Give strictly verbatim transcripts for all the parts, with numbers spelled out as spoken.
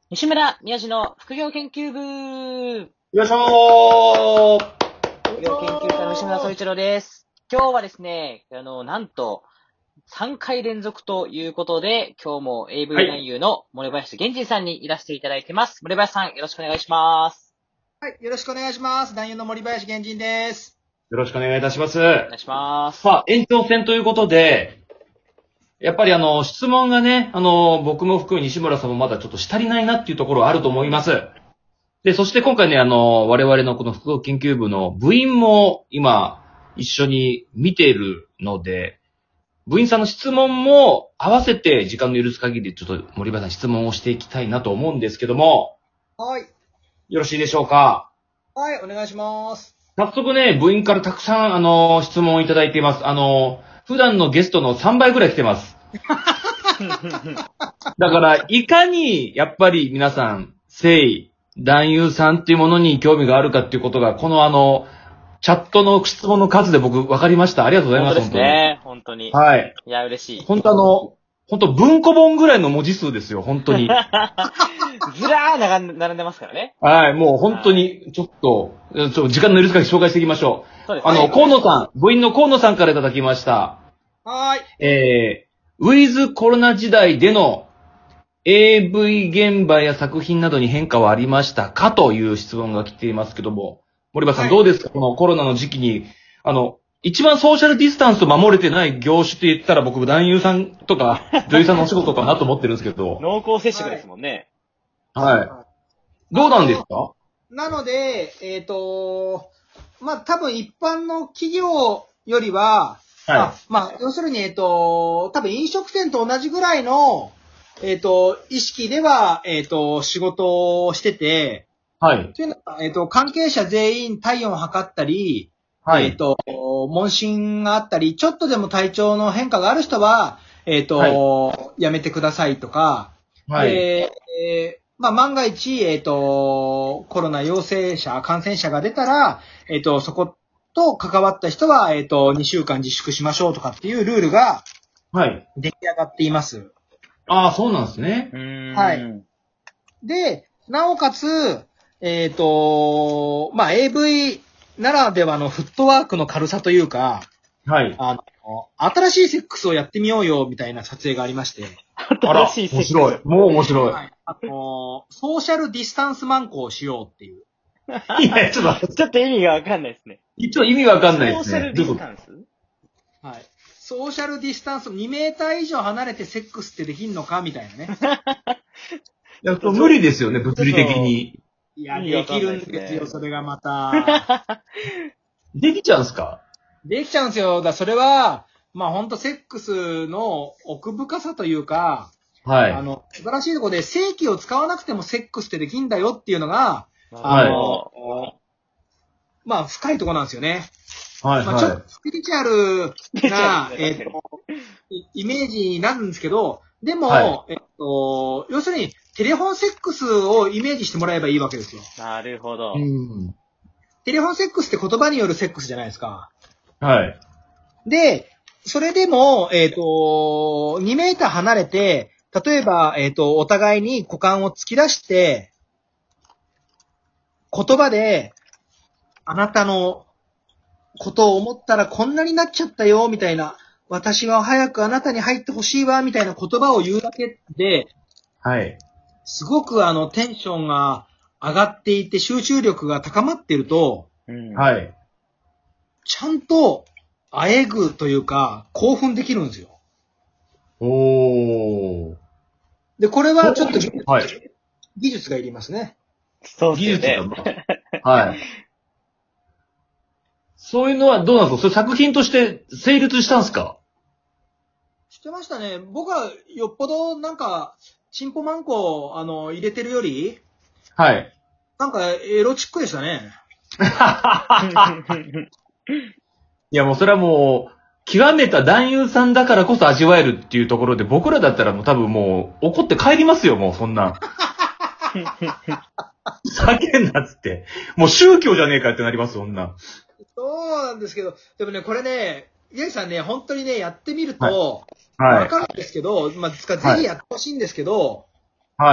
西村宮治の副業研究部。 よいしょー。 副業研究家の西村総一郎です。今日はですね、あの、なんと、さんかい連続ということで、今日も エーブイ 男優の森林源人さんにいらしていただいてます。森林さん、よろしくお願いします。 はい、よろしくお願いします。男優の森林源人です。 よろしくお願いいたします。 お願いします。 さあ、延長戦ということで、やっぱりあの、質問がね、あの、僕も含め西村さんもまだちょっとしたりないなっていうところはあると思います。で、そして今回ね、あの、我々のこの副業研究部の部員も今、一緒に見ているので、部員さんの質問も合わせて時間の許す限りちょっと森林さん質問をしていきたいなと思うんですけども、 はい。 よろしいでしょうか？ はい、お願いします。 早速ね、部員からたくさん、あの、質問をいただいています。あの、普段のゲストのさんばいぐらい来てます。だから、いかに、やっぱり皆さん、誠意、男優さんっていうものに興味があるかっていうことが、このあの、チャットの質問の数で僕分かりました。ありがとうございます。 本当ですね。本当に。 はい。 いや、嬉しい。 本当あの、本当文庫本ぐらいの文字数ですよ、本当に。 ずらー並ん並んでますからね。 はい、もう本当に、ちょっと、ちょっと時間の許す限り紹介していきましょう。 そうですね。 あの、河野さん、部員の河野さんからいただきました。 はい。 えー、ウィズコロナ時代での エーブイ 現場や作品などに変化はありましたかという質問が来ていますけども、森場さん、 はいどうですか、このコロナの時期に、あの、一番ソーシャルディスタンスを守れてない業種って言ったら僕、男優さんとか女優さんのお仕事かなと思ってるんですけど、 濃厚接触ですもんね。 はい。どうなんですか？ なので、えっ、と、まあ、多分一般の企業よりは、 はいあまあ、要するに、えっ、と、多分飲食店と同じぐらいの、えっ、と、意識では、えっ、と、仕事をしてて、 はい。 というのは、えっ、と、関係者全員体温を測ったり、 はい。 えっ、と、問診があったり、ちょっとでも体調の変化がある人は、えっ、と、やめてくださいとか、 はい。 で、えーまあ、万が一、えっ、と、コロナ陽性者、感染者が出たら、えっ、と、そこと関わった人は、えっ、と、にしゅうかん自粛しましょうとかっていうルールがはい。 出来上がっています。 ああ、そうなんですね。 うーん。 はい。で、なおかつ、えっ、と、まあ、エーブイ ならではのフットワークの軽さというか、 はい。 あの、新しいセックスをやってみようよ、みたいな撮影がありまして。 あら、 新しい面白い。もう面白い。 はい。あの、ソーシャルディスタンスマンコをしようっていう。 いや、ちょっと待って、 ちょっと意味がわかんないですね。 一応意味わかんないですね。 ソーシャルディスタンス？ はい。ソーシャルディスタンス、にメーター以上離れてセックスってできんのかみたいなね。 いや、無理ですよね、物理的に。 いや、 意味わできかんないですねるんですよ、それがまた。 できちゃうんすか？ できちゃうんですよ。だそれは、まあほんとセックスの奥深さというか、 はい。 あの、素晴らしいところで、正規を使わなくてもセックスってできんだよっていうのが、 はいあの、まあ深いところなんですよね。 はい、 まあ、ちょっはとスピリチュアルな、 スピリえっ、 チュアルと、イメージになるんですけど、でも、 はえっと、要するに、テレフォンセックスをイメージしてもらえばいいわけですよ。 なるほど。 い。うん。 テレフォンセックスって言葉によるセックスじゃないですか。 はい。 で、それでも、えっ、と、にメーター離れて、例えば、えっ、と、お互いに股間を突き出して、言葉で、あなたのことを思ったらこんなになっちゃったよ、みたいな、私は早くあなたに入ってほしいわ、みたいな言葉を言うだけで、 はい。 すごくあの、テンションが上がっていて、集中力が高まってると、 うん。 はい。 ちゃんと、あえぐというか、興奮できるんですよ。 おー。 で、これはちょっと技術、 はい。 技術がいりますね。 そう技ですよ術ね。 が、はい。そういうのはどうなんですか？それ作品として成立したんですか？ 知ってましたね。僕はよっぽどなんか、チンポマンコあの、入れてるより、 はい。 なんかエロチックでしたね。 いや、もうそれはもう、極めた男優さんだからこそ味わえるっていうところで、僕らだったらもう多分もう怒って帰りますよ、もうそんな。叫んなっつって。もう宗教じゃねえかってなります、そんな。 そうなんですけど、でもね、これね、宮城さんね、本当にね、やってみると、 はい。 わかるんですけど、まあ、つかぜひやってほしいんですけど、 はい。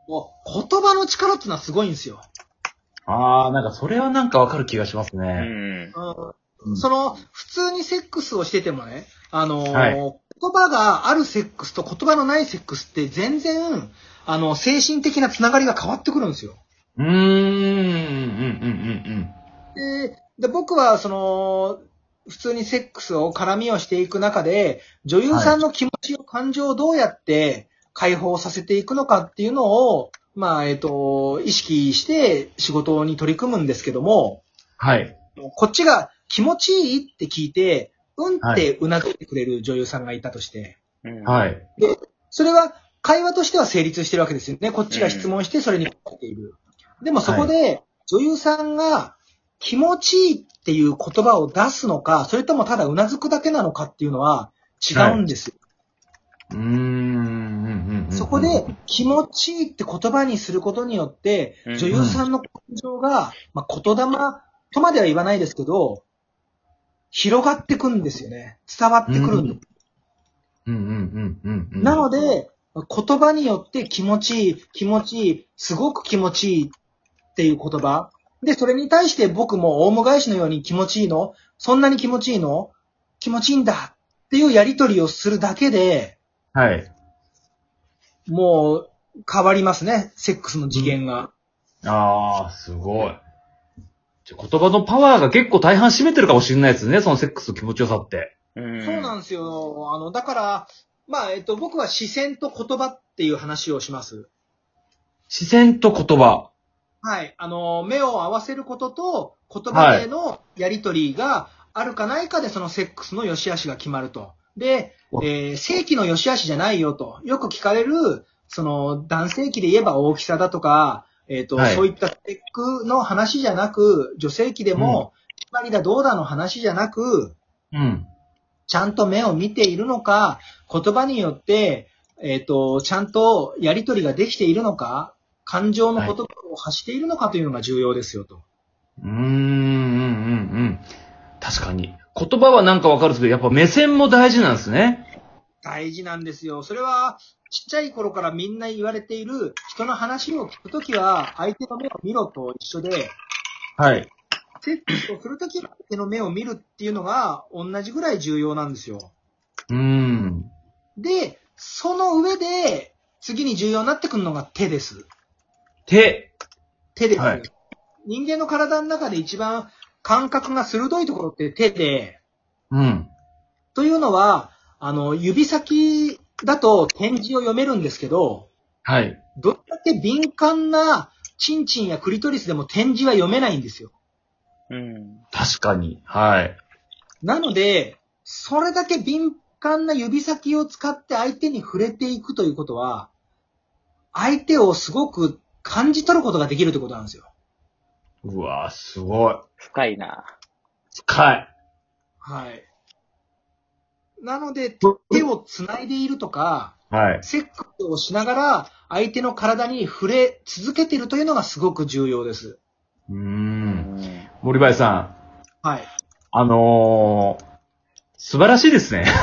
もう言葉の力っていうのはすごいんですよ。 あー、なんかそれはなんかわかる気がしますうね。 ん。 うん、その、普通にセックスをしててもね、あのーはい、 言葉があるセックスと言葉のないセックスって全然、あの、精神的なつながりが変わってくるんですよ。 うーん、うん、うん、うん、 で、で僕は、その、普通にセックスを絡みをしていく中で、女優さんの気持ちを、感情をどうやって解放させていくのかっていうのを、まあ、えっと、意識して仕事に取り組むんですけども、 はい。 こっちが気持ちいいって聞いて、うんはいってうなずいてくれる女優さんがいたとして、 うん。 はい。 それは会話としては成立してるわけですよね。こっちが質問してそれに答えている。でもそこで女優さんが気持ちいいっていう言葉を出すのか、それともただうなずくだけなのかっていうのは違うんですよ。 うーん、うん、うん、うん。 そこで気持ちいいって言葉にすることによって、 うん女優さんの感情が、まあ、言霊とまでは言わないですけど、広がってくんですよね。伝わってくるんです。 うん、うん、うん、うん、うん。 なので、言葉によって気持ちいい、気持ちいい、すごく気持ちいいっていう言葉。で、それに対して僕もオウム返しのように気持ちいいの？そんなに気持ちいいの？気持ちいいんだっていうやりとりをするだけで、 はい。 もう変わりますね、セックスの次元が。 あー、すごい。じゃ言葉のパワーが結構大半占めてるかもしれないですね、そのセックスの気持ちよさって。 うん。 そうなんですよ。あの、だから、まあ、えっと、僕は視線と言葉っていう話をします。 視線と言葉。 はい。あの、目を合わせることと言葉でのやりとりがあるかないかでそのセックスの良し悪しが決まると。で、えー正規の良し悪しじゃないよと。よく聞かれる、その男性器で言えば大きさだとか、えっと、 はいそういったスペックの話じゃなく、女性器でも、決まりだどうだの話じゃなく、 うん。 ちゃんと目を見ているのか、言葉によって、えっと、ちゃんとやりとりができているのか、感情の言葉を発しているのかというのが重要ですよと。 うーん、うん、うん、うん。確かに。言葉はなんかわかるんですけど、やっぱ目線も大事なんですね。 大事なんですよ。それは、ちっちゃい頃からみんな言われている、人の話を聞くときは、相手の目を見ろと一緒で、 はい。 セックスをするときは相手の目を見るっていうのが、同じぐらい重要なんですよ。 うーん。 で、その上で、次に重要になってくるのが手です。 手。 手です。 はい人間の体の中で一番感覚が鋭いところって手で、 うん。 というのは、あの、指先だと点字を読めるんですけど、 はい。 どれだけ敏感なチンチンやクリトリスでも点字は読めないんですよ。 うん。 確かに。はい。 なので、それだけ敏感な指先を使って相手に触れていくということは、相手をすごく感じ取ることができるということなんですよ。 うわぁ、すごい。 深いな。 深い。 はい。なので、手を繋いでいるとか、 はい。 セックスをしながら相手の体に触れ続けているというのがすごく重要です。 うー。 うんん。 森林さん。 はい。 あのー、素晴らしいですね。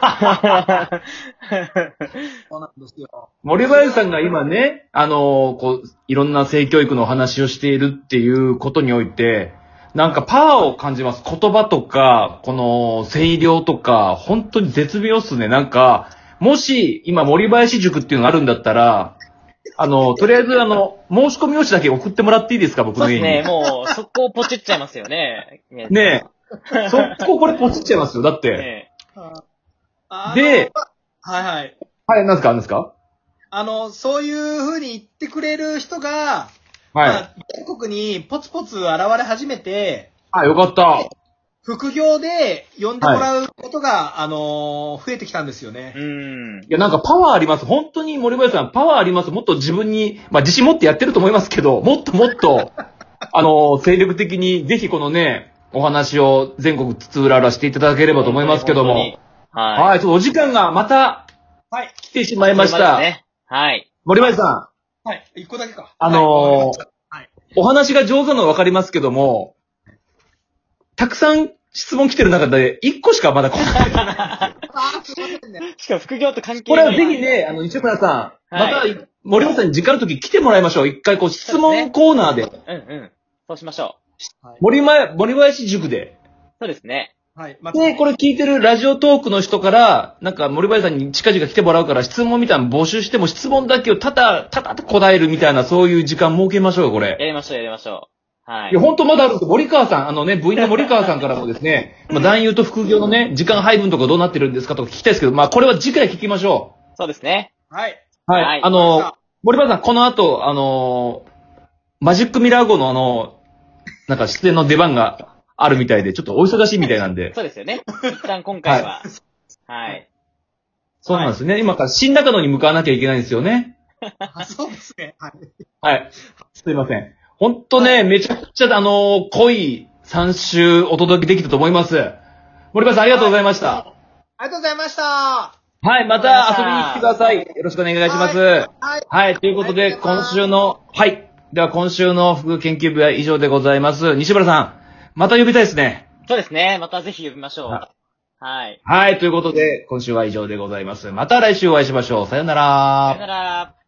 そうなんですよ。 森林さんが今ね、あのー、こう、いろんな性教育のお話をしているっていうことにおいて、なんかパワーを感じます。言葉とか、この声量とか、本当に絶妙っすね。なんか、もし今森林塾っていうのがあるんだったら、あの、とりあえずあの、申し込み用紙だけ送ってもらっていいですか、僕の家に。 そうですね。もう、そこをポチっちゃいますよね。 ねえ。そここれポチっちゃいますよ。だって。 ねあで、 はいはい。 はい、なんですか、なんですかあの、そういう風に言ってくれる人が、 はい。 まあ、全国にポツポツ現れ始めて、 あ、よかった。 副業で呼んでもらうことが、あのー増えてきたんですよね。 うん。 いや、なんかパワーあります。本当に森林さん、パワーあります。もっと自分に、まあ自信持ってやってると思いますけど、もっともっと、あの、精力的に、ぜひこのね、お話を全国津々浦々していただければと思いますけども。 本当に。はい。 はい、ちょっとお時間がまたはい。 来てしまいました。 車ですね。はい。 森林さん、 はい。一個だけか。 あのーはいわかりましたはい。 お話が上手なのわかりますけども、たくさん質問来てる中で、一個しかまだ来ない。 あー、すいませんね。 しかも副業と関係これはない。 ぜひね、あの、西村さん、 はいまた森林さんに時間の時来てもらいましょう。一回こう質問コーナーで。 うんうん。そうしましょう。 はい。 森前、森林塾で。 そうですね。 はい。まで、これ聞いてるラジオトークの人から、なんか森林さんに近々来てもらうから質問みたいなの募集しても質問だけをただ、ただ答えるみたいなそういう時間設けましょうよ、これ。 やりましょう、やりましょう。はい。 いや、本当まだあるんですよ。森川さん、あのね、部員の森川さんからもですね、まあ、男優と副業のね、時間配分とかどうなってるんですかとか聞きたいですけど、まあ、これは次回聞きましょそうですね。 はい。 う。はい。 はいあの、森川さん、この後、あの、マジックミラー号のあの、なんか出演の出番があるみたいで、ちょっとお忙しいみたいなんで。 そうですよね。一旦今回は。はい。 そうなんですね。今から新中野に向かわなきゃいけないんですよね。 あ、そうですね。はい。 はい。すいません。ほんとね、めちゃくちゃ、あの、濃いさん週お届けできたと思います。森川さん、ありがとうございました。 ありがとうございました。 はい、また遊びに来てください。よろしくお願いします。 はい。 はい、ということで、 ありがとうございます今週の、はい。では、今週の副研究部は以上でございます。西村さん、また呼びたいですね。 そうですね。またぜひ呼びましょう。 ははい。 はい、ということで、今週は以上でございます。また来週お会いしましょう。さよならさよなら。